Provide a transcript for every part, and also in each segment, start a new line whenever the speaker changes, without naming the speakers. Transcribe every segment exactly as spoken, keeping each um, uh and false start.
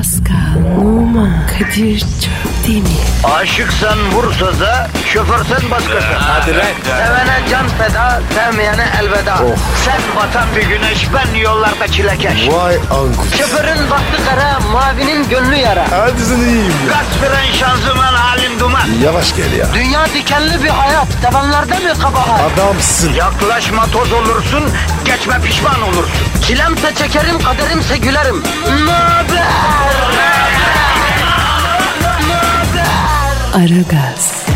Pascal, Oman, Kadir çok değil mi?
Aşıksan vursa da, şoförsen başkasın.
Hadi lan.
Sevene can feda, sevmeyene elveda.
Oh.
Sen batan bir güneş, ben yollarda çilekeş.
Vay anku.
Şoförün baktı kara, mavinin gönlü yara.
Hadi sen iyiyim ya.
Kasperen şanzıman halin duman.
Yavaş gel ya.
Dünya dikenli bir hayat, sevenlerde mi kabahar?
Adamsın.
Yaklaşma toz olursun, geçme pişman olursun. Çilemse çekerim, kaderimse gülerim. Möber!
Aragaz.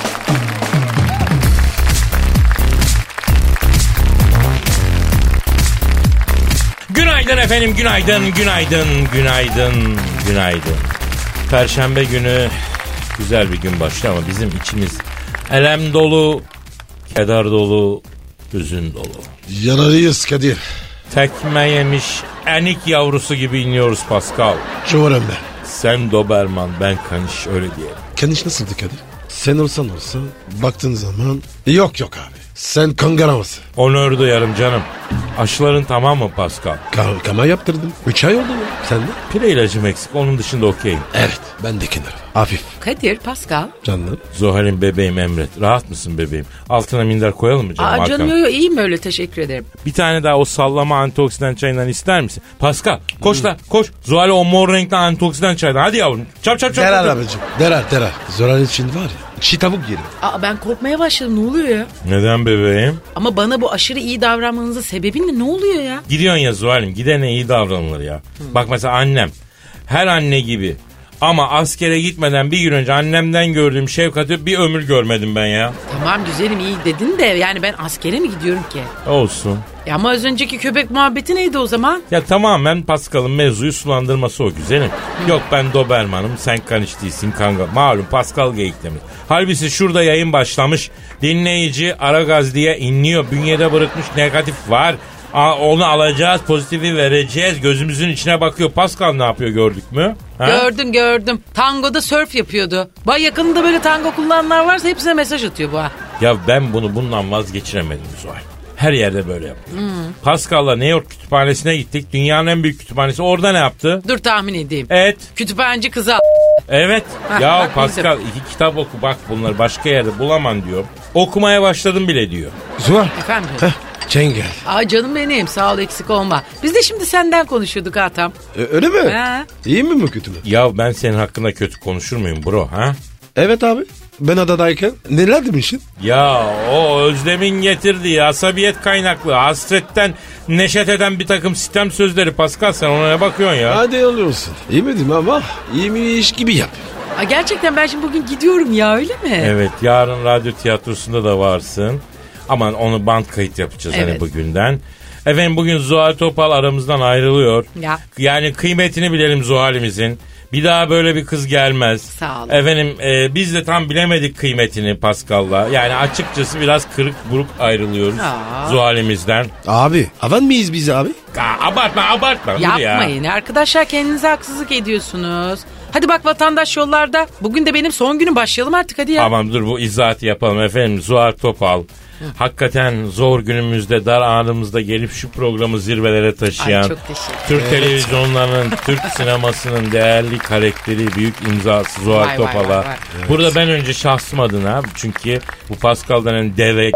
Günaydın efendim, günaydın, günaydın, günaydın, günaydın. Perşembe günü güzel bir gün başlıyor ama bizim içimiz elem dolu, keder dolu, hüzün dolu.
Yanarıyız Kadir.
Tekme yemiş enik yavrusu gibi iniyoruz Pascal.
Şu var ömbe.
Sen Doberman, ben Kaniş, öyle diyelim.
Kaniş nasıldı Kadir? Sen olsan olsa baktığın zaman yok yok abi. Sen kangara mısın?
Onur duyarım canım. Aşıların tamam mı Pascal?
Ka- kama yaptırdım. Üç ay oldu ya. Sen de?
Pire ilacım eksik, onun dışında okeyim.
Evet. Ben de kenara. Hafif.
Kadir, Pascal.
Canlı.
Zuhal'in bebeğim Emret. Rahat mısın bebeğim? Altına minder koyalım mı canım?
Aa, canım
Arkana?
yo yo iyiyim öyle, teşekkür ederim.
Bir tane daha o sallama antioksidan çayından ister misin? Pascal koş da koş. Zuhal'e o mor renkli antioksidan çaydan. Hadi yavrum. Çap çap çap.
Derar
çap.
abicim. Derar derar. Zoran için var ya. Çiğ tavuk yerim.
Aa, ben korkmaya başladım, ne oluyor ya?
Neden bebeğim?
Ama bana bu aşırı iyi davranmanızın sebebi ne? Ne oluyor ya?
Gidiyorsun ya Zuhal'im. Gidene iyi davranılır ya. Hmm. Bak mesela annem. Her anne gibi. Ama askere gitmeden bir gün önce annemden gördüğüm şefkati bir ömür görmedim ben ya.
Tamam güzelim, iyi dedin de yani ben askere mi gidiyorum ki?
Olsun.
Ya ama az önceki köpek muhabbeti neydi o zaman?
Ya tamamen Pascal'ın mevzuyu sulandırması o güzelim. Hı. Yok ben Doberman'ım, sen Kaniş değilsin kanka. Malum Pascal geyik demiş. Halbuki şurada yayın başlamış. Dinleyici Aragaz diye inliyor. Bünyede bırakmış negatif var. Onu alacağız, pozitifi vereceğiz. Gözümüzün içine bakıyor. Pascal ne yapıyor gördük mü? Ha?
Gördüm gördüm. Tangoda surf yapıyordu. Bay yakınında böyle tango kullananlar varsa hepsine mesaj atıyor bu ha.
Ya ben bunu bundan vazgeçiremedim Zuhal. Her yerde böyle yapıyor. Hmm. Pascal'la New York kütüphanesine gittik. Dünyanın en büyük kütüphanesi. Orada ne yaptı?
Dur tahmin edeyim.
Evet.
Kütüphaneci kızı al.
Evet.
Heh,
ya
bak
Pascal
bizim.
iki kitap oku bak bunları başka yerde bulamam diyor. Okumaya başladım bile diyor.
Zuhal.
Efendim?
Heh. Çengel.
Aa canım benim, sağ ol, eksik olma. Biz de şimdi senden konuşuyorduk ha tam.
Ee, öyle mi?
Ha.
İyi mi mi kötü mü?
Ya ben senin hakkında kötü konuşur muyum bro ha?
Evet abi. Ben adadayken neler demişsin?
Ya o özlemin getirdiği asabiyet kaynaklı hasretten neşet eden bir takım sitem sözleri Pascal, sen ona ne bakıyorsun ya?
Hadi oluyorsun. İyi mi diyeyim ama iyi mi iş gibi yap.
Aa, gerçekten ben şimdi bugün gidiyorum ya, öyle mi?
Evet, yarın radyo tiyatrosunda da varsın. Aman onu band kayıt yapacağız
evet.
Hani bugünden. Efendim bugün Zuhal Topal aramızdan ayrılıyor.
Ya.
Yani kıymetini bilelim Zuhal'imizin. Bir daha böyle bir kız gelmez.
Sağ olun.
Efendim e, biz de tam bilemedik kıymetini Pascal'la. Yani açıkçası biraz kırık buruk ayrılıyoruz
Aa.
Zuhal'imizden.
Abi havan mıyız biz abi?
Aa, abartma abartma.
Yapmayın
ya.
arkadaşlar, kendinize haksızlık ediyorsunuz. Hadi bak vatandaş yollarda. Bugün de benim son günüm, başlayalım artık hadi ya.
Tamam dur bu izahatı yapalım efendim. Zuhal Topal. Hı. Hakikaten zor günümüzde, dar anımızda gelip şu programı zirvelere taşıyan,
ay, çok teşekkür
Türk evet. televizyonlarının, Türk sinemasının değerli karakteri, büyük imzası Zuhal Topal'a. Evet. Burada ben önce şahsım adına, çünkü bu Pascal denen deve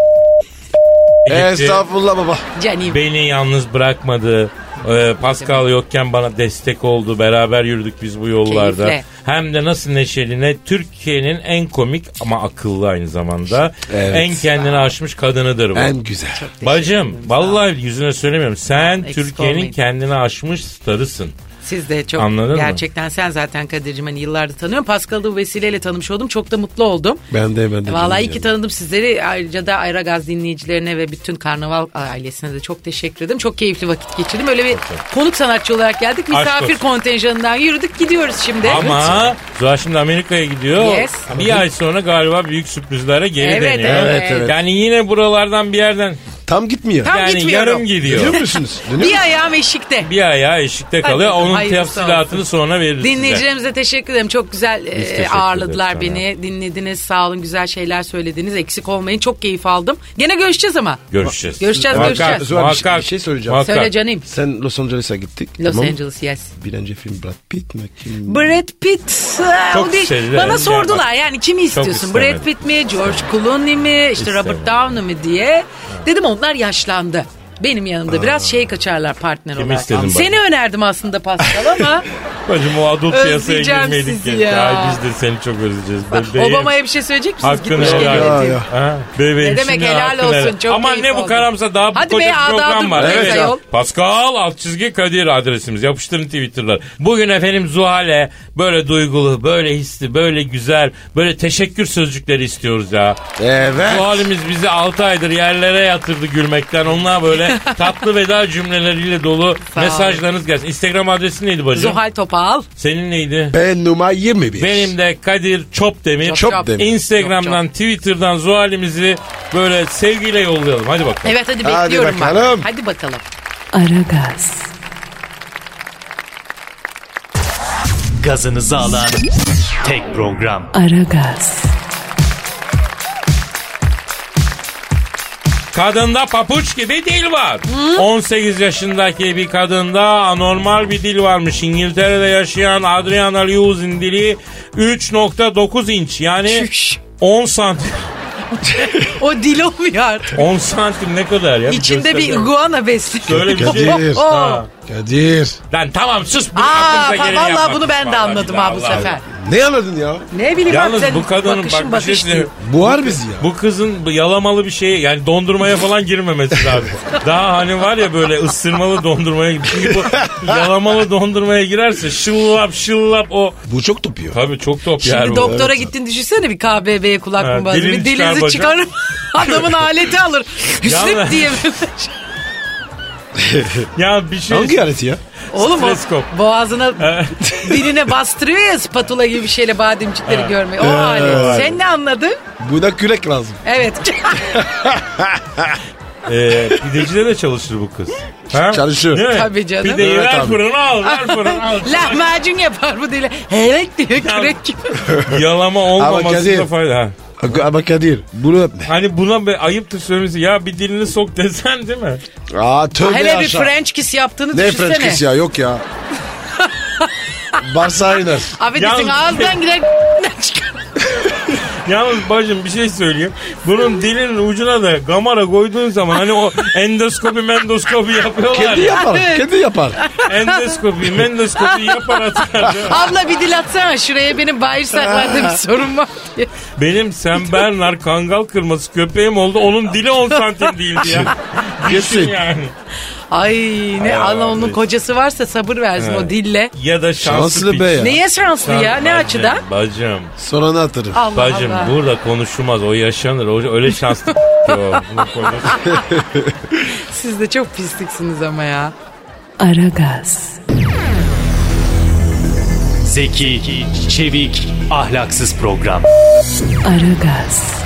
estağfurullah baba.
Canim.
Beni yalnız bırakmadı. Ee, Pascal yokken bana destek oldu. Beraber yürüdük biz bu yollarda.
Keyifle.
Hem de nasıl neşeli, ne Türkiye'nin en komik ama akıllı aynı zamanda. Evet. En kendini aşmış kadınıdır bu.
En güzel.
Bacım vallahi yüzüne söylemiyorum. Sen
Eksik
Türkiye'nin
olmayın.
kendini aşmış starısın.
Siz de çok
anladın
gerçekten
mı?
Sen zaten Kadir'cim hani yıllardır tanıyorum. Pascal'ı bu vesileyle tanımış oldum. Çok da mutlu oldum.
Ben de ben de.
Vallahi iyi ki tanıdım sizleri. Ayrıca da Aragaz dinleyicilerine ve bütün Karnaval ailesine de çok teşekkür ederim. Çok keyifli vakit geçirdim. Öyle bir konuk sanatçı olarak geldik. Misafir kontenjanından yürüdük gidiyoruz şimdi.
Ama evet. Zuhal şimdi Amerika'ya gidiyor.
Yes.
Bir ay sonra galiba büyük sürprizlere geri
evet,
dönüyor.
Evet, evet.
Yani yine buralardan bir yerden
tam gitmiyor.
Tam
Yani
gitmiyorum.
yarım gidiyor.
Dönüyor musunuz? Dönüyor
Bir
musunuz?
ayağım eşikte.
Bir ayağı eşikte kalıyor.
Hadi,
Onun
hayırlısı
tefsilatını
olsun.
sonra veririz size.
Dinleyicilerimize teşekkür ederim. Çok güzel e,
teşekkür
ağırladılar
ederiz
beni. Dinlediniz. Sağ olun. Güzel şeyler söylediniz. Eksik olmayın. Çok keyif aldım. Gene görüşeceğiz ama.
Görüşeceğiz.
Görüşeceğiz,
Muhakkak,
görüşeceğiz.
Zuhal, bir şey-
muhakkak,
bir şey söyleyeceğim.
muhakkak.
Söyle canım.
Sen Los Angeles'a gittik.
Los
tamam.
Angeles, yes.
Birinci film Brad Pitt mi? Kim?
Brad Pitt. Ha,
Çok
o değil.
sevdiler.
Bana
Yani
sordular
bak,
yani kimi istiyorsun?
istemedim.
Brad Pitt mi? George Clooney mi? İşte
İstemedim.
Robert Downey mi diye. Dedim onlar yaşlandı. Benim yanımda biraz şey kaçarlar partner
Kimi
olarak.
istedin
Seni
bacım?
önerdim aslında Pascal ama
Bacım o adult piyasaya
Özleyeceğim
girmedik.
sizi
Ya.
ya.
Ay, biz de seni çok özleyeceğiz. Bebeğim.
Obama'ya bir şey söyleyecek misiniz?
Hakkını
Gitmiş
helal
geliyor.
et.
diye.
Ya,
Ha, bebeğim
Ne demek,
şimdi
helal
hakkını
olsun,
helal.
çok
Aman
keyif
ne bu
oldu.
karamsa daha
Hadi
koca
be,
bir program var.
adamdır
Evet.
ayol.
Pascal alt çizgi Kadir adresimiz. Yapıştırın Twitter'lar. Bugün efendim Zuhal'e böyle duygulu, böyle hisli, böyle güzel, böyle teşekkür sözcükleri istiyoruz ya.
Evet.
Zuhal'imiz bizi altı aydır yerlere yatırdı gülmekten. Onlar böyle tatlı veda cümleleriyle dolu
Sağ ol.
mesajlarınız gelsin. Instagram adresin neydi bacım?
Zuhal Topal.
Senin neydi?
Ben numara yirmi bir.
Benim de Kadir Çopdemir.
Çop
Çok
çop.
demir.
Instagram'dan, Twitter'dan Zuhal'imizi böyle sevgiyle yollayalım. Hadi bakalım.
Evet hadi
Hadi
bekliyorum ben.
bakalım.
Hadi bakalım.
Aragaz,
Gazınızı alan tek program.
Aragaz,
Kadında papuç gibi dil var. on sekiz yaşındaki bir kadında anormal bir dil varmış. İngiltere'de yaşayan Adriana Lewis'in dili üç nokta dokuz inç. Yani
Şüş.
on santim.
O dil olmuyor artık.
on santim ne kadar ya?
İçinde bir
Göstersene.
iguana besliyor.
Şöyle bir şey.
Kadir.
Ha.
Kadir.
Lan tamam sus. Bunu
Aa,
aklınıza geleni
vallahi
yapmak.
bunu ben de
Vallahi
anladım
billahi,
ha bu
Allah
sefer.
Allah.
Ne anladın ya?
Ne bileyim
Yalnız
abi sen
bu kadının
bakışın
bak bir şey
bakış
söyleyeyim.
değil.
Buhar bizi ya.
Bu kızın bu yalamalı bir şeye yani dondurmaya falan girmemesi lazım. Daha hani var ya böyle ısırmalı dondurmaya gibi. Çünkü bu yalamalı dondurmaya girerse şıllap şıllap o.
Bu çok topuyor.
Tabii çok top yer
Şimdi
bu.
doktora
Evet.
gittin düşünsene bir K B B'ye kulak
Ha,
mı bazı.
dilini
Bir
çıkar
dilinizi
bacım.
çıkarır. Adamın aleti alır.
Yalnız-
Hüsnüp diye.
Ya bir şey.
Hangi aleti ya?
Oğlum o
Streskop.
boğazına diline bastırıyor ya spatula gibi bir şeyle bademcikleri görmeyi. O alet. Sen ne anladın?
Buna kürek lazım.
Evet.
Ee, pidecide de çalışır bu kız. Ha?
Çalışıyor.
Değil mi?
Tabii canım.
Pideyi
Evet
ver
abi.
fırına al, ver fırına al.
Lahmacun yapar bu dile. Evet diyor kürek gibi.
Yalama
Ama
olmamasında
Kadir-
fayda. Ha.
Ama Kadir bunu öpme.
Hani buna be, ayıptır söylemesi. Ya bir dilini sok desen değil mi?
Aa tövbe
Hele bir
aşağı.
French kiss yaptığını
Ne
düşünsene.
French kiss ya yok ya. Barsağı iner.
Affedersin
Yalnız-
ağızdan girer çıkar.
Yalnız bacım bir şey söyleyeyim. Bunun dilinin ucuna da gamara koyduğun zaman hani o endoskopi mendoskopi yapıyorlar
Kendi
ya.
yapar. Kendi yapar.
Endoskopi mendoskopi yapar atar.
Abla bir dil atsana şuraya benim bağırsaklarda bir sorun var diye.
Benim Sen Bernard kangal kırması köpeğim oldu. Onun dili on santim değildi ya. Düşün
Kesin.
yani.
Ay ne
Ay,
Allah onun
abi.
kocası varsa sabır versin
Evet.
o dille.
Ya da şanslı,
Şanslı
piç.
be ya.
Neye şanslı ya? Ne
Bacım,
açıdan?
Bacım.
Sonra ne atarım?
Allah
Bacım
Allah.
burada konuşulmaz. O yaşanır. O, öyle şanslı ki o. Bunun kocası.
Siz de çok pisliksiniz ama ya.
Aragaz,
Zeki, çevik, ahlaksız program.
Aragaz,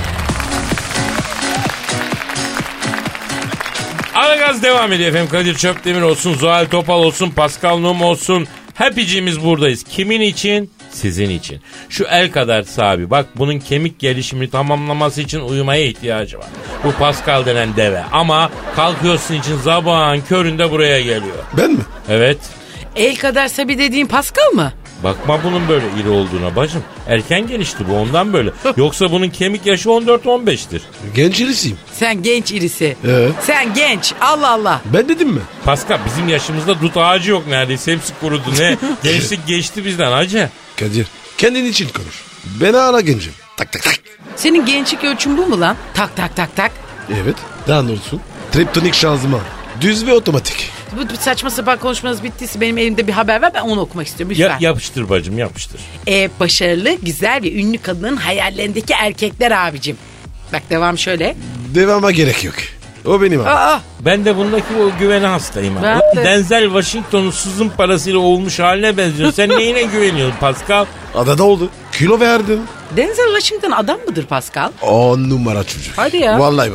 Aragaz devam ediyor efendim. Kadir Çöpdemir olsun, Zuhal Topal olsun, Pascal Num olsun. Hepicimiz buradayız. Kimin için? Sizin için. Şu el kadar sahibi. Bak bunun kemik gelişimini tamamlaması için uyumaya ihtiyacı var. Bu Pascal denen deve. Ama kalkıyorsun için sabahın köründe buraya geliyor.
Ben mi?
Evet.
El kadar sabi dediğin Pascal mı?
Bakma bunun böyle iri olduğuna bacım. Erken gelişti bu ondan böyle. Yoksa bunun kemik yaşı on dört on beştir.
Genç irisiyim.
Sen genç irisi.
Evet.
Sen genç. Allah Allah.
Ben dedim mi?
Pascal bizim yaşımızda dut ağacı yok neredeyse. Hepsi kurudu. Ne? Gençlik geçti bizden hacı.
Kadir kendin için konuş. Ben hala gencim. Tak tak tak.
Senin gençlik ölçün bu mu lan? Tak tak tak tak.
Evet. Daha ne olsun? Triptonik şanzıman. Düz ve otomatik.
Bu saçma sapan konuşmanız bittiyse benim elimde bir haber var. Ben onu okumak istiyorum lütfen.
Ya, yapıştır bacım yapıştır.
e, başarılı, güzel ve ünlü kadının hayallerindeki erkekler abicim. Bak devam şöyle.
Devama gerek yok. O benim abi.
Aa,
Ben de bundaki o güvene hastayım.
Ben
Abi.
de.
Denzel Washington'un sızın parasıyla olmuş haline benziyor. Sen neyine güveniyorsun Pascal?
Adada oldu. Kilo verdim.
Denzel Washington adam mıdır Pascal?
On numara çocuk.
Hadi ya.
Vallahi bak.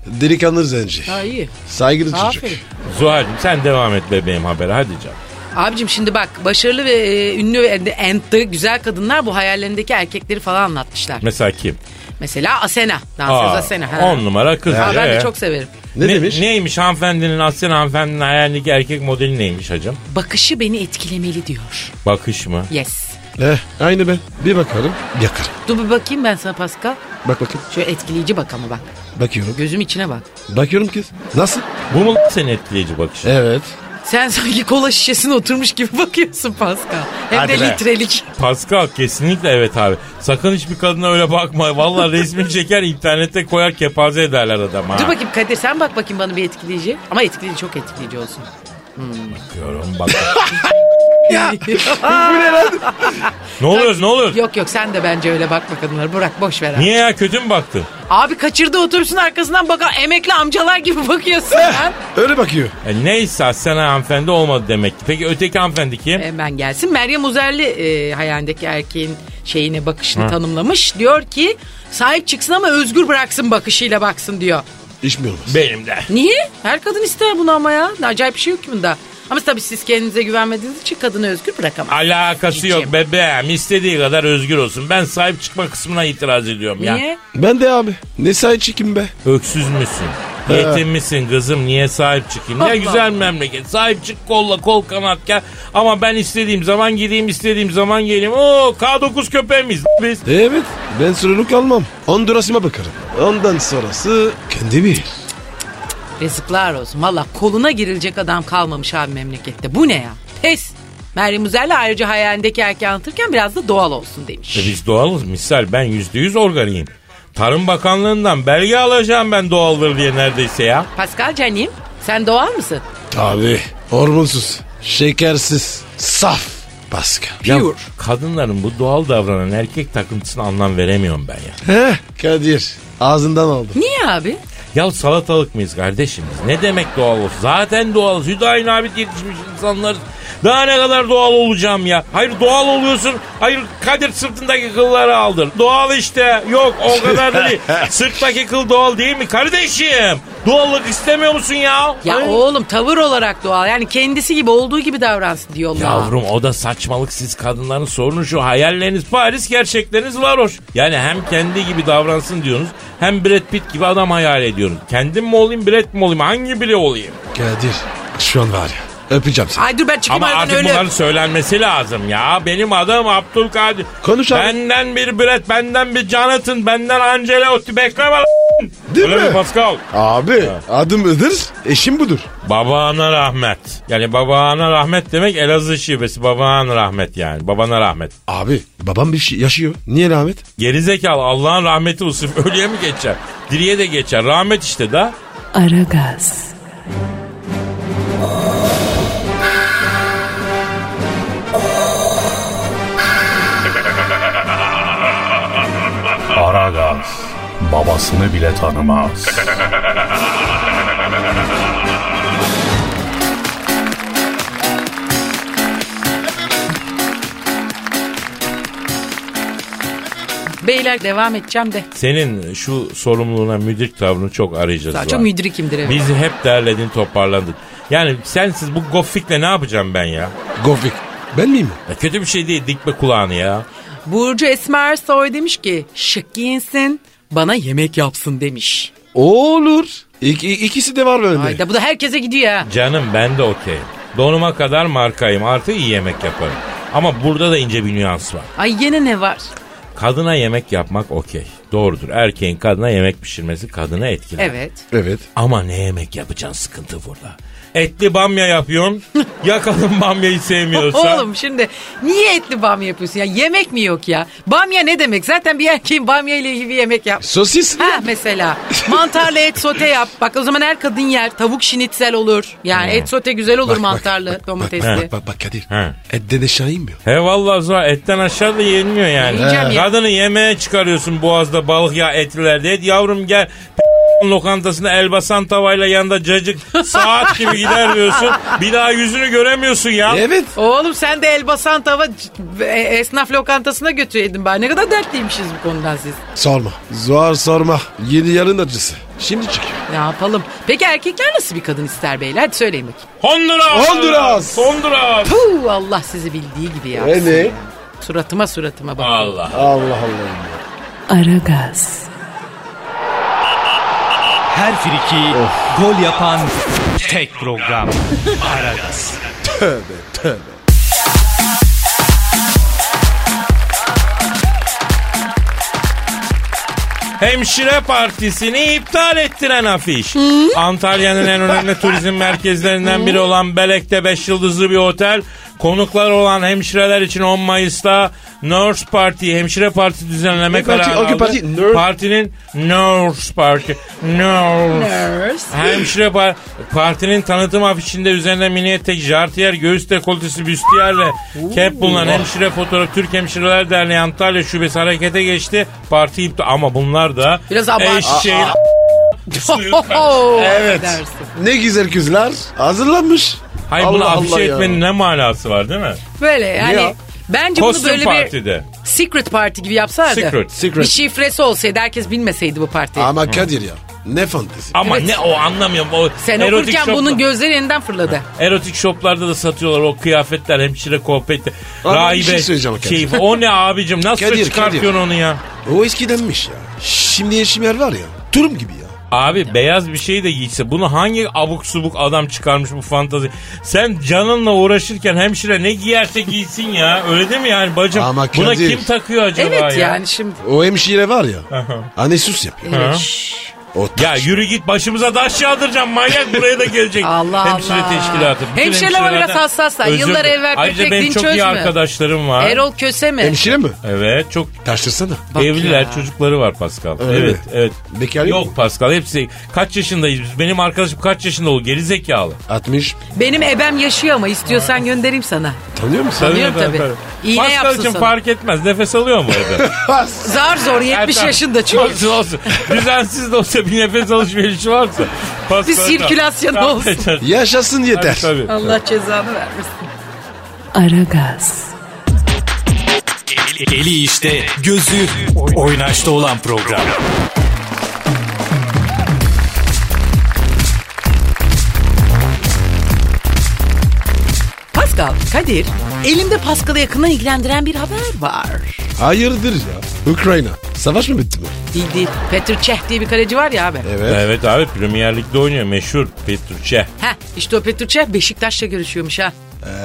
Delikanlı zenci.
Ha iyi.
Saygılı çocuk.
Aferin.
Zuhal'cığım sen devam et bebeğim haberi hadi canım.
Abicim şimdi bak başarılı ve e, ünlü ve ente güzel kadınlar bu hayallerindeki erkekleri falan anlatmışlar.
Mesela kim?
Mesela Asena. Dansöz
Aa,
Asena. Ha.
On numara kız.
Ha, ben de
Ee?
çok severim.
Ne, demiş?
Neymiş hanımefendinin, Asena hanımefendinin hayalindeki erkek modeli neymiş hacım?
Bakışı beni etkilemeli diyor.
Bakış mı?
Yes.
Eh, aynı ben. Bir bakalım. Yakarım.
Dur bir bakayım ben sana Pascal.
Bak bakayım.
Şöyle etkileyici bak ama bak.
Bakıyorum.
Gözüm içine bak.
Bakıyorum kız. Nasıl?
Bu mu lan senin etkileyici bakışın?
Evet.
Sen sanki kola şişesine oturmuş gibi bakıyorsun Pascal. Hem
Hadi
de
be.
litrelik.
Pascal kesinlikle evet abi. Sakın hiçbir kadına öyle bakma. Vallahi resmini çeker internette koyar kepaze ederler adam ha.
Dur bakayım Kadir sen bak bakayım bana bir etkileyici. Ama etkileyici çok etkileyici olsun.
Bakıyorum bak. Ne oluyoruz ne oluyoruz?
Yok yok sen de bence öyle bakma kadınlara. Bırak boş ver abi.
Niye ya kötü mü baktın?
Abi kaçırdı otobüsün arkasından bakan emekli amcalar gibi bakıyorsun lan.
Öyle bakıyor.
E, neyse Asena hanımefendi olmadı demek ki. Peki öteki hanımefendi kim?
Hemen gelsin. Meryem Uzerli e, hayalindeki erkeğin şeyine bakışını tanımlamış. Diyor ki sahip çıksın ama özgür bıraksın bakışıyla baksın diyor.
İş mi olmaz?
Benim de.
Niye? Her kadın ister bunu ama ya. Acayip bir şey yok ki bunda. Ama tabii siz kendinize güvenmediğiniz için kadını özgür bırakamaz.
Alakası yok bebeğim. İstediği kadar özgür olsun. Ben sahip çıkma kısmına itiraz ediyorum ya.
Niye?
Ben de abi. Ne sahip çıkayım be?
Öksüz müsün? Yetim misin kızım? Niye sahip çıkayım? Ne
Allah.
güzel memleket. Sahip çık kolla kol kanat gel. Ama ben istediğim zaman gideyim istediğim zaman geleyim. Oo K dokuz köpeğimiz biz.
Evet. Ben sorumluluk almam. Honduras'ıma bakarım. Ondan sonrası kendi bir.
Yazıklar olsun. Valla koluna girilecek adam kalmamış abi memlekette. Bu ne ya? Pes. Meryem Uzerli ayrıca hayalindeki erkeği anlatırken biraz da doğal olsun demiş.
E biz doğalız. Misal ben yüzde yüz organiyim. Tarım Bakanlığı'ndan belge alacağım ben doğaldır diye neredeyse ya.
Pascal Canim sen doğal mısın?
Abi. Hormonsuz. Şekersiz. Saf. Pascal.
Ya kadınların bu doğal davranan erkek takıntısına anlam veremiyorum ben ya.
Heh Kadir. Ağzından aldım.
Niye abi?
Ya salatalık mıyız kardeşim biz? Ne demek doğal olsun? Zaten doğalız. Hüdayi Nabit yetişmiş insanlar. Daha ne kadar doğal olacağım ya? Hayır doğal oluyorsun. Hayır Kadir sırtındaki kılları aldır. Doğal işte. Yok o kadar da değil. Sırttaki kıl doğal değil mi kardeşim? Doğallık istemiyor musun ya?
Ya
Hayır.
oğlum tavır olarak doğal. Yani kendisi gibi olduğu gibi davransın diyorlar.
Yavrum o da saçmalık. Siz kadınların sorunu şu. Hayalleriniz Paris, gerçekleriniz varoş. Yani hem kendi gibi davransın diyorsunuz. Hem Brad Pitt gibi adam hayal ediyorsunuz. Kendim mi olayım Brad mi olayım? Hangi biri olayım?
Kadir. Şu an var ya. Öpeceğim seni.
Ay dur ben çıkayım
Ama
aradan
artık
öyle.
bunların söylenmesi lazım ya. Benim adım Abdülkadir.
Konuş abi.
Benden bir Brett, benden bir Jonathan, benden Angela Otti bekleme.
Değil
Öyle
mi?
mi Pascal?
Abi adım Iğdır, eşim budur.
Babana rahmet. Yani babana rahmet demek Elazığ şivesi. Babana rahmet yani. Babana rahmet.
Abi babam bir şey yaşıyor. Niye rahmet?
Gerizekalı Allah'ın rahmeti olsun. Ölüye mi geçer? Diriye de geçer. Rahmet işte da.
Aragaz.
Aragaz babasını bile tanımaz.
Beyler devam edeceğim de.
Senin şu sorumluluğuna müdrik tavrını çok arayacağız.
Daha
Zuhal.
çok müdrikimdir evet.
Bizi hep derledin toparladın. Yani sensiz bu gofikle ne yapacağım ben ya?
Gofik. Ben miyim?
Ya kötü bir şey değil, dikme kulağını ya.
Burcu Esmer Ersoy demiş ki şık giyinsin bana yemek yapsın demiş.
Olur. İki, ikisi de var bende.
Hayda bu da herkese gidiyor ha.
Canım ben de okey. Donuma kadar markayım, artı iyi yemek yaparım. Ama burada da ince bir nüans var.
Ay yine ne var?
Kadına yemek yapmak okey. Doğrudur. Erkeğin kadına yemek pişirmesi kadına etkiler.
Evet.
Evet.
Ama ne yemek yapacaksın sıkıntı burada. Etli bamya yapıyorsun. Ya kadın bamyayı sevmiyorsa.
Oğlum şimdi niye etli bamya yapıyorsun ya? Yemek mi yok ya? Bamya ne demek? Zaten bir erkeğin bamya ile ilgili bir yemek yap.
Sosis.
Ha mesela mantarlı et sote yap. Bak o zaman her kadın yer. Tavuk şinitsel olur. Yani et sote güzel olur mantarlı, domatesli.
Bak, bak bak Kadir.
He.
Ette de şahin mi?
He vallahi Zuhal, etten aşağı da yenmiyor yani.
Yiyeceğim ya.
Kadını yemeğe çıkarıyorsun boğazda balık ya etlilerde. Et yavrum gel lokantasında elbasan tavayla yanında cacık saat gibi gider diyorsun. Bir daha yüzünü göremiyorsun ya.
Evet.
Oğlum sen de elbasan tava e, esnaf lokantasına götüreydin bari. Ne kadar dertliymişiz bu konudan siz.
Sorma. Zor sorma. Yedi yarın acısı. Şimdi çıkıyor.
Ne yapalım? Peki erkekler nasıl bir kadın ister beyler? Hadi söyleyin bakayım.
Honduras.
Honduras.
Honduras.
Puh, Allah sizi bildiği gibi ya.
E ne?
Suratıma suratıma bak.
Allah.
Allah Allah.
Aragaz,
Her friki gol yapan tek program. Aragaz.
Tövbe tövbe.
Hemşire partisini iptal ettiren afiş. Antalya'nın en önemli turizm merkezlerinden biri olan Belek'te beş yıldızlı bir otel. Konuklar olan hemşireler için on Mayıs'ta Nurse Party, hemşire parti düzenleme
Ne parti?
kararı
Hangi
aldı.
parti? Nurse?
Partinin Nurse Party. Nurse.
Nurse.
Hemşire par- partinin tanıtım afişinde üzerinde mini etek, jartiyer, göğüs dekoltesi, büstiyerle kep bulunan hemşire fotoğrafı Türk Hemşireler Derneği Antalya Şubesi harekete geçti. Parti iptal ama bunlar da
Biraz abart-
eşeğin
Evet.
Ne güzel kızlar hazırlanmış.
Hayır bunu
Allah
afişe
Allah ya.
etmenin ne manası var değil mi?
Böyle yani
Ya?
bence bunu
Kostüm
böyle
partide.
bir secret party gibi yapsaydı.
Secret.
Secret.
Bir şifresi olsaydı herkes bilmeseydi bu partiyi.
Ama Kadir ya ne fantezi.
Ama
Evet.
ne o anlamıyorum. O
Sen
erotik
okurken
shopla-
bunun gözleri yeniden fırladı.
Erotik shoplarda da satıyorlar o kıyafetler, hemşire kohbeti,
Ama bir
rahibe
şey söyleyeceğim Kadir.
keyfi. O ne abicim nasıl
Kadir,
çıkartıyorsun
Kadir.
onu ya?
O eskidenmiş ya. Şimdi yeşimler var ya. Turum gibi ya.
Abi beyaz bir şey de giyse bunu hangi abuk subuk adam çıkarmış bu fantazi? Sen canınla uğraşırken hemşire ne giyerse giysin ya. Öyle değil mi yani bacım?
Ama
Buna
Kadir-
kim takıyor acaba
Evet
ya?
yani şimdi.
O hemşire var ya.
Aha.
Hani sus yapıyor.
Ha?
O
Ya
taş.
yürü git başımıza taş yağdıracağım manyak buraya da gelecek.
Allah
Hemşire
Allah.
teşkilatı. Bütün
Hemşireler ama biraz
hemşirelerden
hassaslar.
özür
Yıllar
dilerim.
evvel
Ayrıca
Petek
benim
Dinçöz
çok iyi
mü?
arkadaşlarım var.
Erol Köse mi?
Hemşire mi?
Evet çok
Taştırsana.
Bak
evliler
ya.
çocukları var Pascal.
Öyle
evet
mi?
evet.
Bekar yok
Yok Pascal hepsi kaç yaşındayız biz? Benim arkadaşım kaç yaşında o geri zekalı.
altmış.
Benim ebem yaşıyor ama istiyorsan göndereyim sana.
Tanıyor musun?
Tanıyorum tabii. İğne
Pascal
yapsın
için
sana.
fark etmez. Nefes alıyor mu evde?
Zar zor yetmiş
Ertan,
yaşında çünkü.
Olsun olsun. Düzensiz de olsa bir nefes alışverişi varsa. Pascal,
Bir sirkülasyon
Tabii,
olsun.
tabii,
Yaşasın yeter.
tabii, tabii.
Allah cezanı vermesin.
Aragaz,
Eli işte, gözü oynaşta olan program.
Pascal, Kadir, elimde Pascal'ı yakından ilgilendiren bir haber var.
Hayırdır ya? Ukrayna. Savaş mı bitti mi?
Değil değil. Petr Cech diye bir kaleci var ya abi.
Evet.
Evet abi Premier Lig'de oynuyor meşhur Petr Cech.
Heh, işte o Petr Cech Beşiktaş'la görüşüyormuş ha.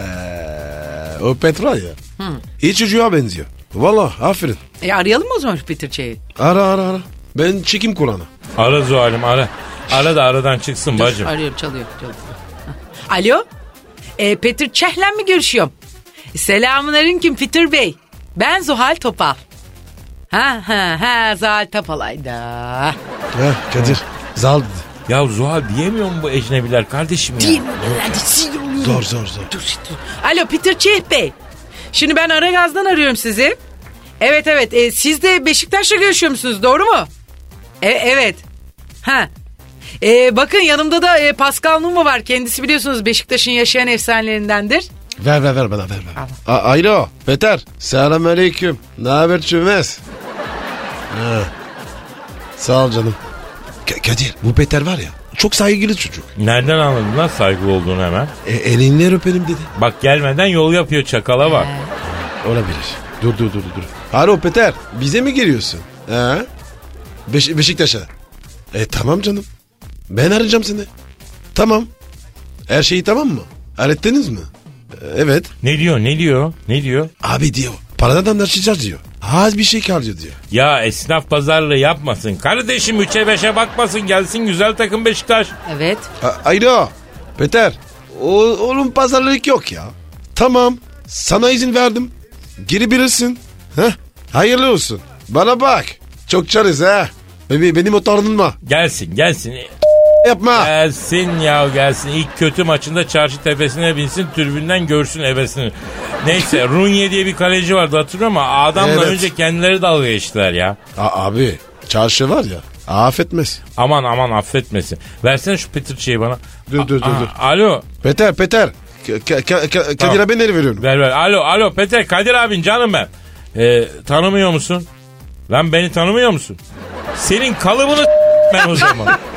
Ee, o Petra ya. İyi çocuğa benziyor. Valla aferin.
E arayalım mı o zaman şu Petr Cech'i?
Ara ara ara. Ben çekeyim Kur'an'a.
Ara Zuhal'im ara. Ara da aradan çıksın bacım.
Arıyorum çalıyor. çalıyor. Hah. Alo? E, Petr Cech'le mi görüşüyorum? Selamun aleyküm Peter Bey. Ben Zuhal Topal. Ha ha ha Zuhal Topal'aydı.
Heh Kadir. Zal dedi.
Ya Zuhal diyemiyor mu bu ecnebiler kardeşim ya?
Değil mi? Hadi sinir oluyorum.
Zor zor zor.
Dur, dur. Alo Peter Cech Bey. Şimdi ben Aragaz'dan arıyorum sizi. Evet evet. E, siz de Beşiktaş'la görüşüyor musunuz? Doğru mu? E, evet. Ha. E, bakın yanımda da e, Pascal Numa var. Kendisi biliyorsunuz Beşiktaş'ın yaşayan efsanelerindendir.
Ver ver ver bana ver. ver. A- Alo Peter. Selamünaleyküm. Ne haber çömez? Ha. Sağ ol canım. K- Kadir bu Peter var ya çok saygılı çocuk.
Nereden anladın lan saygılı olduğunu hemen?
E, elinle öpelim dedi.
Bak gelmeden yol yapıyor çakala bak.
Olabilir. Dur dur dur dur. Alo Peter bize mi geliyorsun? Ha? Beş- Beşiktaş'a. E tamam canım. Ben arayacağım seni. Tamam. Her şeyi tamam mı? Hallettiniz mi? E, evet.
Ne diyor ne diyor ne diyor?
Abi diyor. Paradan anlaşacağız diyor. Az bir şey kalıyor diyor.
Ya esnaf pazarlığı yapmasın. Kardeşim üçe beşe bakmasın gelsin güzel takım Beşiktaş.
Evet.
A- Alo. Peter. O, oğlum pazarlık yok ya. Tamam. Sana izin verdim. Geri bilirsin. Heh. Hayırlı olsun. Bana bak. Çok çarız ha. Benim, benim o tanınma.
Gelsin gelsin.
Yapma.
Gelsin ya gelsin. İlk kötü maçında çarşı tepesine binsin tribünden görsün ebesini. Neyse Runye diye bir kaleci vardı hatırlıyor musun? Adamla
Evet.
önce kendileri dalga geçtiler ya.
A- abi çarşı var ya affetmez.
Aman aman affetmesin. Versene şu Petr Cech'i bana.
Dur, dur, dur,
Aa,
dur.
Alo.
Peter Peter. K- K- K- K- Kadir
Tamam.
abi nereye veriyorum?
Ver ver. Alo alo Peter Kadir abin canım ben. Ee, tanımıyor musun? Lan beni tanımıyor musun? Senin kalıbını ben o zaman.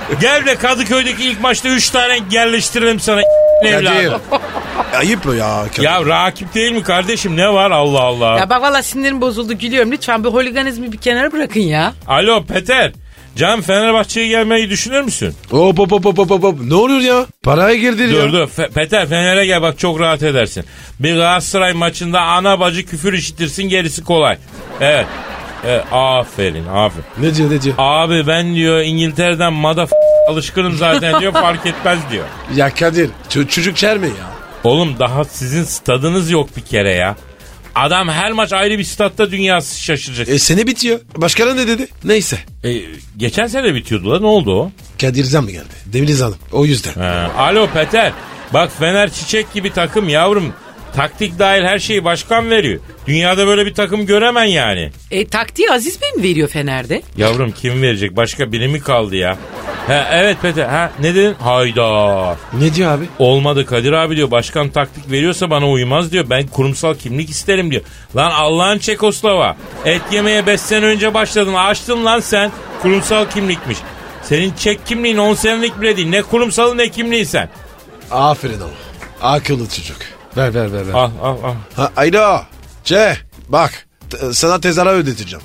Gel de Kadıköy'deki ilk maçta üç tane yerleştirelim sana
Kadir.
evladım.
Ayıp o ya. Kadir.
Ya rakip değil mi kardeşim, ne var Allah Allah.
Ya bak valla sinirim bozuldu, gülüyorum. Lütfen bu holiganizmi bir kenara bırakın ya.
Alo Peter. Can Fenerbahçe'ye gelmeyi düşünür müsün?
Hop hop hop hop hop hop. Ne oluyor ya? Paraya girdi ya.
Dur dur Fe- Peter Fener'e gel bak, çok rahat edersin. Bir Galatasaray maçında ana bacı küfür işitirsin, gerisi kolay. Evet. Evet, aferin aferin.
Ne diyor ne diyor?
Abi ben diyor İngiltere'den mada f- alışkınım zaten diyor, fark etmez diyor.
Ya Kadir ç- çocuk çerme ya.
Oğlum daha sizin stadınız yok bir kere ya. Adam her maç ayrı bir statta dünyası şaşıracak.
E sene bitiyor. Başkanı ne dedi? Neyse.
E, geçen sene bitiyordu lan, ne oldu o?
Kadir Zam mı geldi? Demiriz Hanım. O yüzden.
Ha, alo Peter. Bak Fener çiçek gibi takım yavrum. Taktik dahil her şeyi başkan veriyor. Dünyada böyle bir takım göremen yani.
E taktiği Aziz Bey mi veriyor Fener'de?
Yavrum kim verecek? Başka biri mi kaldı ya? Ha, evet Peter. Ha, ne dedin? Hayda.
Ne diyor abi?
Olmadı Kadir abi diyor. Başkan taktik veriyorsa bana uymaz diyor. Ben kurumsal kimlik isterim diyor. Lan Allah'ın Çekoslava. Et yemeye beş sene önce başladın. Açtın lan sen. Kurumsal kimlikmiş. Senin Çek kimliğin on senelik bile değil. Ne kurumsalı ne kimliği sen.
Aferin ama. Akıllı çocuk. Ver ver ver. ver.
Al al al.
Ha, alo. Ce bak t- sana tezara ödeteceğim.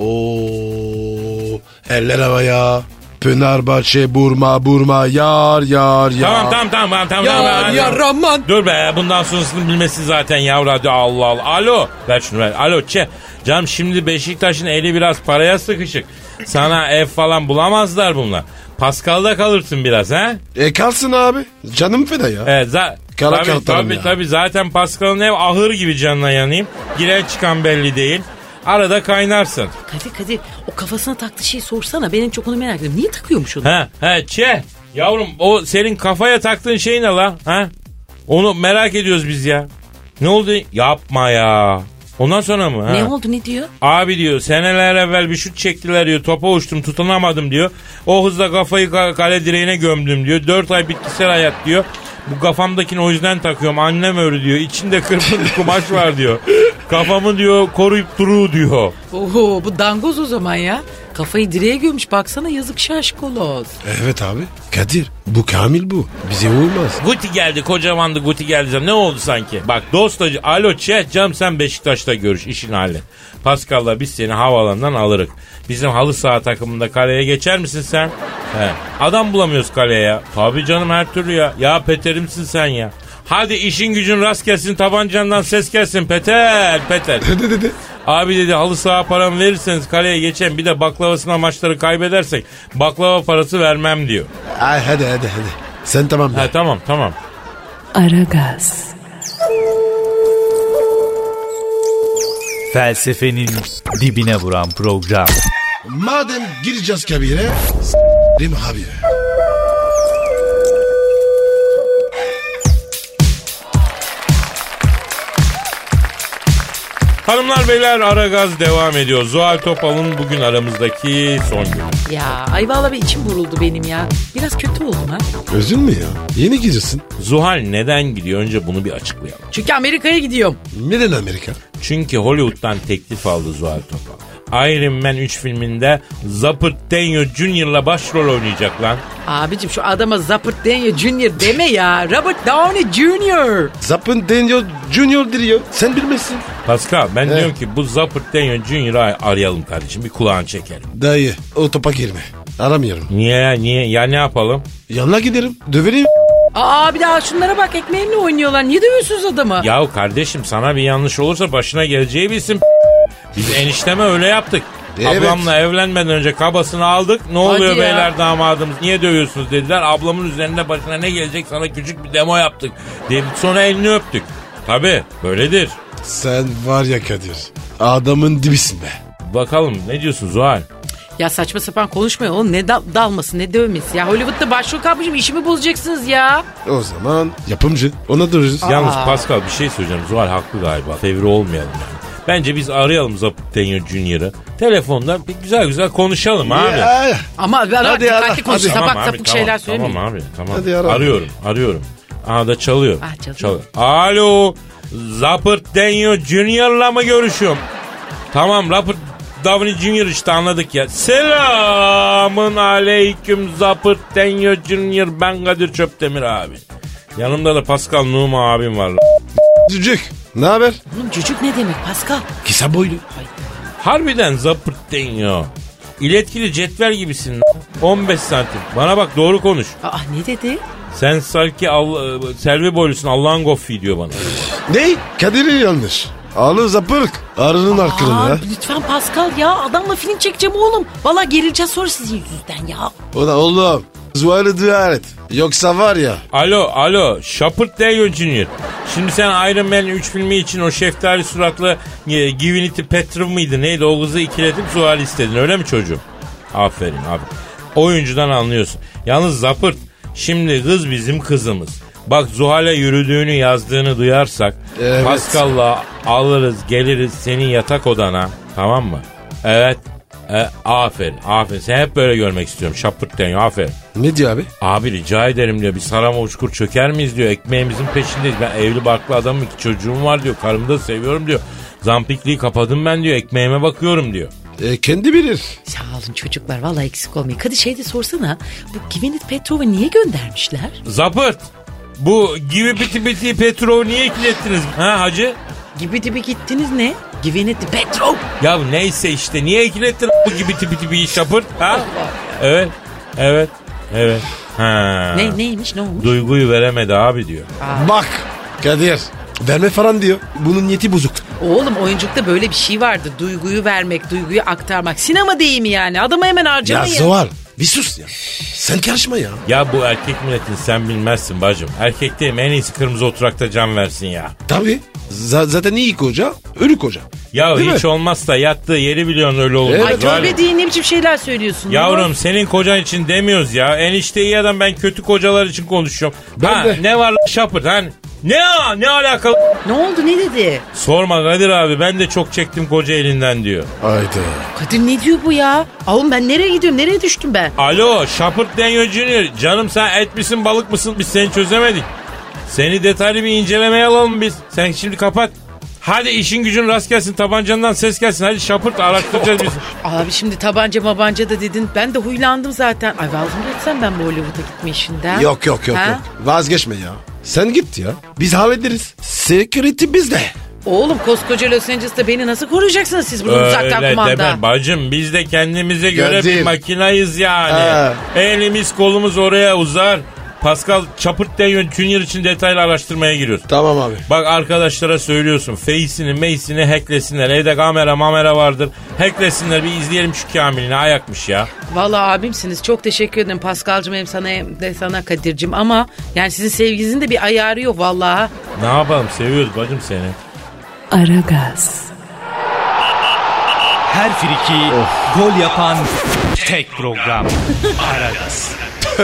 Oo, eller havaya. Pınarbaşı Burma Burma yar yar yar.
Tamam tamam tamam tamam.
Ya
tamam,
ya
tamam.
Rahman.
Dur be, bundan sonrasını bilmesi zaten ya radyo, Allah Allah. Alo ver şunu ver. Alo Çe. Canım şimdi Beşiktaş'ın eli biraz paraya sıkışık. Sana ev falan bulamazlar bunlar. Pascal'da kalırsın biraz ha?
E kalsın abi. Canım feda ya.
Evet za-
Kara
tabii,
kartalım
tabii,
ya.
tabii zaten Pascal'ın ev ahır gibi, canına yanayım. Giren çıkan belli değil. Arada kaynarsın.
Kadir Kadir o kafasına taktığı şeyi sorsana, ben en çok onu merak ediyorum. Niye takıyormuş onu?
He he Çe. Yavrum o senin kafaya taktığın şey ne la? Ha? Onu merak ediyoruz biz ya. Ne oldu? Yapma ya. Ondan sonra mı? Ha?
Ne oldu, ne diyor?
Abi diyor seneler evvel bir şut çektiler diyor. Topa uçtum tutunamadım diyor. O hızla kafayı kale direğine gömdüm diyor. Dört ay bitkisel hayat diyor. Bu kafamdakini o yüzden takıyorum. Annem öyle diyor. İçinde kırmızı kumaş var diyor. Kafamı diyor koruyup duru diyor.
Oho, bu dangoz o zaman ya. Kafayı direğe gömmüş, baksana yazık şaşkoloz.
Evet abi. Kadir bu Kamil bu. Bize uymaz.
Guti geldi, kocamandı Guti geldi. Ne oldu sanki? Bak dostacı, alo Çet canım, sen Beşiktaş'ta görüş, işin hallet. Pascal'la biz seni havaalanından alırız. Bizim halı saha takımında kaleye geçer misin sen? He. Adam bulamıyoruz kaleye ya. Tabii canım, her türlü ya. Ya Peter'imsin sen ya. Hadi işin gücün rast gelsin, tabancandan ses gelsin Peter, Peter.
Ne dedi?
Abi dedi halı saha paramı verirseniz kaleye geçen, bir de baklavasına maçları kaybedersek baklava parası vermem diyor.
Ay hadi hadi hadi. Sen tamam.
Ha tamam tamam.
Aragaz,
Felsefenin dibine vuran program.
Madem gireceğiz kabire. S***rim habire.
Hanımlar beyler, Aragaz devam ediyor. Zuhal Topal'ın bugün aramızdaki son günü.
Ya ay vallahi bir içim buruldu benim ya. Biraz kötü oldum ha.
Özün mü ya? Yeni gidiyorsun.
Zuhal neden gidiyor? Önce bunu bir açıklayalım.
Çünkü Amerika'ya gidiyorum.
Neden Amerika?
Çünkü Hollywood'dan teklif aldı Zuhal Topal. Iron Man üç filminde Robert Downey Junior'la başrol oynayacak lan.
Abicim şu adama Robert Downey Junior deme ya. Robert Downey Junior
Zapın Daniel Junior diyor. Sen bilmezsin.
Pascal ben
Evet.
diyorum ki bu Robert Downey Junior'ı arayalım kardeşim. Bir kulağını çekelim.
Dayı o topa girme. Aramıyorum.
Niye ya? Niye? Ya ne yapalım?
Yanına giderim. Döverim.
Aa bir daha şunlara bak, ekmeğimle oynuyorlar. Niye dövüyorsunuz adamı?
Yahu kardeşim sana bir yanlış olursa başına geleceği bilsin. Biz enişteme öyle yaptık.
Evet.
Ablamla evlenmeden önce kabasını aldık. Ne oluyor
Hadi ya.
beyler damadımız, niye dövüyorsunuz dediler. Ablamın üzerinde başına ne gelecek, sana küçük bir demo yaptık. Dedik, sonra elini öptük. Tabii böyledir.
Sen var ya Kadir. Adamın dibisin be.
Bakalım ne diyorsun Zuhal?
Ya saçma sapan konuşmayın oğlum. Ne dal- dalması ne dövmesi ya. Hollywood'da başrol kapmışım, işimi bozacaksınız ya.
O zaman yapımcı. Ona dururuz.
Yalnız Pascal bir şey söyleyeceğim. Zuhal haklı galiba. Fevri olmayalım yani. Bence biz arayalım Robert Downey Junior'ı. Telefonda bir güzel güzel konuşalım abi.
Ya,
Ama ben
Hadi
dikkatli
ara,
konuş.
hadi.
Sapık
Tamam abi,
sapık
tamam,
şeyler söylemeyin.
Tamam abi tamam.
Hadi ara.
Arıyorum arıyorum. Aha da çalıyor.
Ah, çalıyor.
Alo. Robert Downey Junior'la mı görüşüyorum? Tamam Robert Downey Junior işte anladık ya. Selamın aleyküm Zapırt Denyo Junior. Ben Kadir Çöptemir abi. Yanımda da Pascal Numa abim var.
Cücük. Ne haber?
Oğlum cücük ne demek Pascal?
Kısa boylu.
Harbiden Zapırt Denyo. İletkili cetvel gibisin lan. on beş santim. Bana bak doğru konuş.
Aa ne dedi?
Sen sanki Allah, Selvi boylusun Allah'ın goffi diyor bana.
Ne? Kadir'i yanlış. Ağlı zapırık. Arının arkasında.
Aa, lütfen Pascal ya adamla film çekeceğim oğlum. Valla gerileceğiz sonra sizin yüzünüzden ya.
O da oğlum. Zuhal'ı dua et. Yoksa var ya.
Alo alo Şapırt Denyo Junior. Şimdi sen Iron Man üç filmi için o şeftali suratlı e, Gwyneth Paltrow mıydı neydi o kızı ikiletip Zuhal istedin öyle mi çocuğum? Aferin abi. Oyuncudan anlıyorsun. Yalnız Zapırt şimdi kız bizim kızımız. Bak Zuhal'e yürüdüğünü yazdığını duyarsak
Evet.
Pascal'la alırız geliriz senin yatak odana tamam mı? Evet. E, aferin aferin sen hep böyle görmek istiyorum Şapırt Denyo aferin.
Ne diyor abi?
Abi rica ederim diyor bir sarama uçkur çöker miyiz diyor ekmeğimizin peşindeyiz ben evli barklı adamım iki çocuğum var diyor karımı da seviyorum diyor. Zampikliği kapadım ben diyor ekmeğime bakıyorum diyor.
E, kendi bilir.
Sağ olun çocuklar valla eksik olmayın. Hadi şey de sorsana bu Gwyneth Paltrow'u niye göndermişler?
Zapırt bu gibi biti biti Petrov'u niye ikilettiniz ha hacı?
Gibi dibi gittiniz ne? Gwyneth Paltrow.
Ya neyse işte niye ikilettin bu gibi tipi tipi Şapırt ha? Evet evet evet. Ha.
Ne, neymiş ne olmuş?
Duyguyu veremedi abi diyor.
Bak Kadir. Verme falan diyor. Bunun niyeti bozuk.
Oğlum oyunculukta böyle bir şey vardı. Duyguyu vermek, duyguyu aktarmak. Sinema deyimi yani. Adamı hemen
Ya
harcamayın.
Zuhal bir sus ya. Sen karışma ya.
Ya bu erkek milletini sen bilmezsin bacım. Erkek değil mi? En iyisi kırmızı oturakta can versin ya.
Tabii. Z- zaten iyi koca, ölü koca.
Ya
Değil
hiç
mi?
olmazsa yattığı yeri biliyorsun öyle olmaz.
Evet.
Ay
Var ya.
tövbe değil ne biçim şeyler söylüyorsun.
Yavrum senin kocan için demiyoruz ya. Enişte iyi adam ben kötü kocalar için konuşuyorum.
Ben
ha,
de.
Ne var lan Şapırt ha? Ne ne alakalı?
Ne oldu ne dedi?
Sorma Kadir abi ben de çok çektim koca elinden diyor.
Haydi.
Kadir ne diyor bu ya? Oğlum ben nereye gidiyorum? Nereye düştüm ben?
Alo Şapırt Denyo Junior. Canım sen et misin balık mısın biz seni çözemedik. Seni detaylı bir incelemeye alalım biz. Sen şimdi kapat. Hadi işin gücün rast gelsin tabancandan ses gelsin. Hadi Şapırt araştıracağız biz.
Abi şimdi tabanca mabanca da dedin. Ben de huylandım zaten. Ay vazgeçsem geçsem ben bu Hollywood'a gitme işinden.
Yok yok yok
Ha?
yok. Vazgeçme ya. Sen git ya. Biz hallederiz. Security bizde.
Oğlum koskoca Los Angeles'ta beni nasıl koruyacaksınız siz bunu uzaktan
Öyle
kumanda?
deme bacım biz de kendimize göre
Kadir.
bir makinayız yani.
Ha.
Elimiz kolumuz oraya uzar. Pascal Şapırt Denyo Junior için detaylı araştırmaya giriyoruz.
Tamam abi.
Bak arkadaşlara söylüyorsun. Face'ini mey'sini hacklesinler. Evde kamera mamera vardır. Hacklesinler bir izleyelim şu Kamil'ini ayakmış ya.
Vallahi abimsiniz. Çok teşekkür ederim Pascal'cığım hem sana hem de sana Kadir'cim ama yani sizin sevginizin de bir ayarı yok vallahi.
Ne yapalım seviyoruz bacım seni.
Aragaz,
Her friki gol yapan tek program. Aragaz.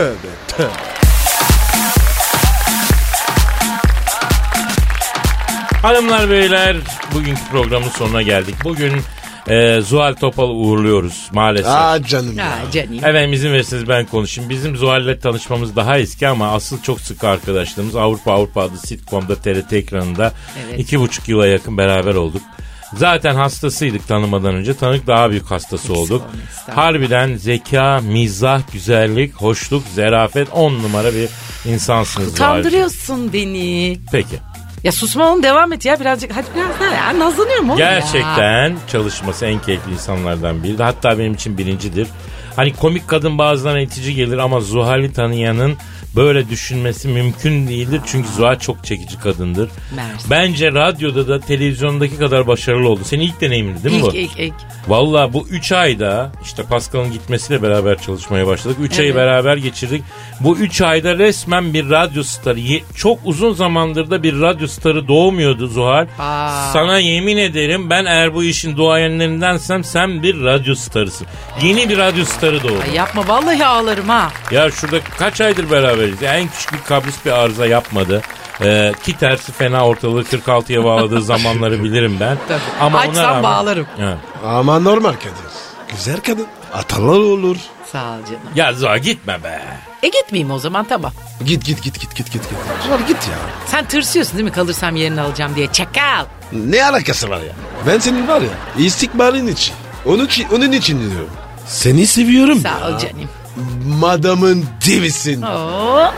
Hanımlar beyler bugünkü programın sonuna geldik. Bugün e, Zuhal Topal'ı uğurluyoruz maalesef.
Aa canım ya.
Ha canım.
Efendim izin verirseniz ben konuşayım. Bizim Zuhal'le tanışmamız daha eski ama asıl çok sık arkadaşlığımız Avrupa Avrupa adlı sitcom'da T R T ekranında
Evet.
iki buçuk yıla yakın beraber olduk. Zaten hastasıydık tanımadan önce. Tanık daha büyük hastası olduk. Harbiden zeka, mizah, güzellik, hoşluk, zerafet on numara bir insansınız Zuhal.
Utandırıyorsun beni.
Peki.
Ya susma oğlum devam et ya birazcık. Hadi biraz daha ya nazlanıyorum oğlum ya.
Gerçekten çalışması en keyifli insanlardan biri. Hatta benim için birincidir. Hani komik kadın bazılarına itici gelir ama Zuhal'i tanıyanın böyle düşünmesi mümkün değildir. Çünkü Zuhal çok çekici kadındır.
Mersi.
Bence radyoda da televizyondaki kadar başarılı oldu. Senin ilk deneyimindi değil mi
İlk
bu?
ilk ilk.
Valla bu üç ayda işte Pascal'ın gitmesiyle beraber çalışmaya başladık. üç
Evet.
ayı beraber geçirdik. Bu üç ayda resmen bir radyo starı. Ye- çok uzun zamandır da bir radyo starı doğmuyordu Zuhal.
Aa.
Sana yemin ederim ben eğer bu işin duayenlerindensem sen bir radyo starısın. Yeni bir radyo starı doğdu.
Ay yapma vallahi ağlarım ha.
Ya şurada kaç aydır beraberiz? Ya en küçük bir kabris bir arıza yapmadı. Ee, ki tersi fena ortalığı kırk altıya bağladığı zamanları bilirim ben.
Tabii.
Ama ona
Açsam
rağmen-
bağlarım.
Ha.
Ama normal Kadir. Güzel kadın. Atalar olur.
Sağ ol canım.
Ya Zuhal gitme be.
E gitmeyeyim o zaman tamam.
Git git git git git git. git. Zuhal git ya.
Sen tırsıyorsun değil mi kalırsam yerini alacağım diye. Çakal.
Ne alakası var ya? Ben senin var ya istikbalin için Onun için, onun için diyorum. Seni seviyorum.
Sağ
ya.
ol canım.
Madamın divisin.
Oo.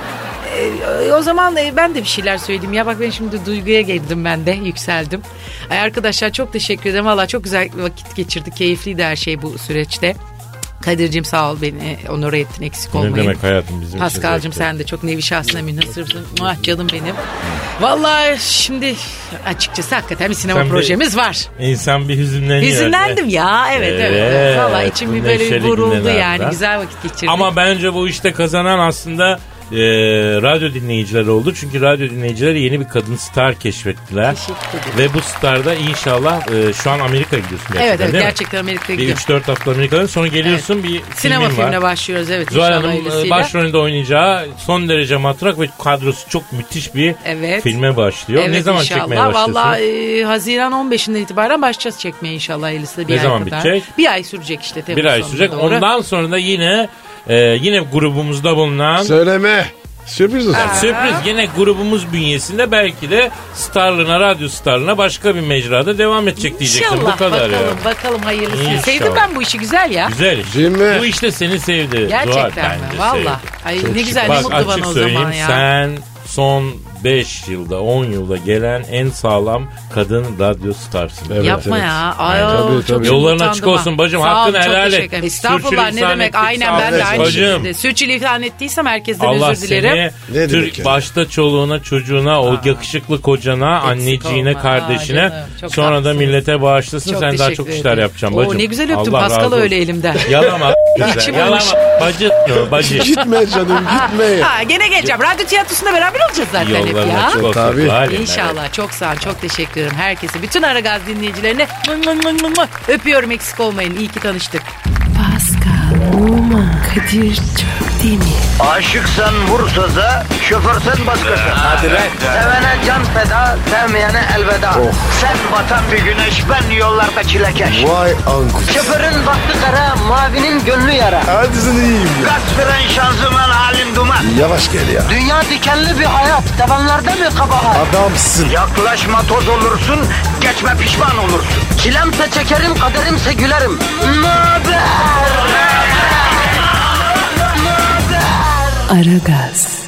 E, o zaman e, ben de bir şeyler söyleyeyim. Ya bak ben şimdi duyguya girdim, ben de yükseldim. Ay arkadaşlar çok teşekkür ederim. Valla çok güzel vakit geçirdik. Keyifliydi her şey bu süreçte. Kadir'cim sağ ol, beni onore ettin, eksik olmayın.
Ne demek hayatım, bizim
Pascal'cım sen de çok nevi şahsına münhasırsın. Ah canım benim. Vallahi şimdi açıkçası hakikaten bir sinema
Sen
projemiz var.
İnsan bir hüzünleniyor.
Hüzünlendim ya, evet evet.
Evet,
Vallahi içim bir
bu
böyle bir
neşeli
vuruldu
günlerde.
yani, güzel vakit geçirdik.
Ama bence bu işte kazanan aslında e, radyo dinleyicileri oldu. Çünkü radyo dinleyicileri yeni bir kadın star keşfettiler.
Teşekkür ederim.
Ve bu star da inşallah e, şu an Amerika'ya gidiyorsun gerçekten,
Evet evet
değil mi?
gerçekten Amerika'ya
Bir
gidiyorum.
üç dört hafta Amerika'da, sonra geliyorsun, bir
Sinema
filmin
filmine
var.
başlıyoruz evet.
Zuhal
inşallah
Hanım
hayırlısıyla.
başrolünde oynayacağı son derece matrak ve kadrosu çok müthiş bir
Evet.
filme başlıyor.
Evet,
ne zaman
inşallah.
çekmeye başlıyorsun?
Vallahi e, Haziran on beşinden itibaren başlayacağız çekmeye inşallah hayırlısıyla, bir
Ne
ay
zaman
kadar.
bitecek?
Bir ay sürecek işte. Temmuz
Bir ay
sonuna
sürecek.
doğru.
Ondan sonra da yine e, yine grubumuzda bulunan
Söyleme. Sürpriz olsun.
Yani sürpriz, yine grubumuz bünyesinde belki de starlığına, radyo starlığına başka bir mecrada devam edecek diyecektim.
İnşallah
Bu kadar
bakalım
ya.
bakalım hayırlısı.
İnşallah.
Sevdim ben bu işi, güzel ya.
Güzel iş.
Değil mi?
Bu işte seni sevdi. Zuhal,
Gerçekten
bence
mi? Valla.
sevdi.
Ay ne güzel, ne
Bak
mutlu
açık
bana o
söyleyeyim,
zaman ya.
sen son beş yılda on yılda gelen en sağlam kadın radyo starsın.
Evet,
Yapma
evet.
ya. Ay,
Tabii,
çok
tabii.
Yolların
utandım
açık
ha.
olsun bacım,
Sağ ol,
hakkını
çok
helal et.
teşekkür ederim. Estağfurullah, ne
Sürçülisan
demek,
ettik,
aynen ben de
sağ ol
aynı
bacım.
şekilde. Sürçülisan ettiysem herkesten
Allah
özür dilerim.
seni
Ne
Türk
demek yani?
başta çoluğuna, çocuğuna, o yakışıklı kocana, anneciğine,
olma.
kardeşine,
Aa, canım, çok
sonra da
haklısınız.
millete bağışlasın.
Çok
Sen daha
teşekkür
çok
ederim.
işler yapacaksın
Oo,
bacım.
ne güzel öptüm
Allah razı
Pascal'ı
olsun.
öyle elimden.
Yalama. güzel.
İçim
Yalama.
olmuş.
Bacı. Bacı.
Gitme canım gitme.
Ha, gene geleceğim. Radyo tiyatrosunda beraber olacağız zaten hep
Yolların
ya.
açık olsun.
Tabii.
Zuhal'im, evet.
İnşallah. Çok sağ ol. Çok teşekkür ederim herkese. Bütün Aragaz dinleyicilerine mı mı mı mı öpüyorum, eksik olmayın. İyi ki tanıştık.
Pascal, Oman, Kadir çok değil mi?
Aşıksan vursa da, şoförsen başkasın. Hadi
lan.
Sevene can feda, sevmeyene elveda. Sen batan bir güneş, ben yollarda çilekeş.
Vay anku.
Şoförün baktı kara, mavinin gönlü yara.
Hadi sen iyiyim ya.
Kasperen şanzıman halin duman.
Yavaş gel ya.
Dünya dikenli bir hayat, sevenlerde mi kabahar?
Adamsın.
Yaklaşma toz olursun, geçme pişman olursun. Çilemse çekerim, kaderimse gülerim. Möber!
Aragaz.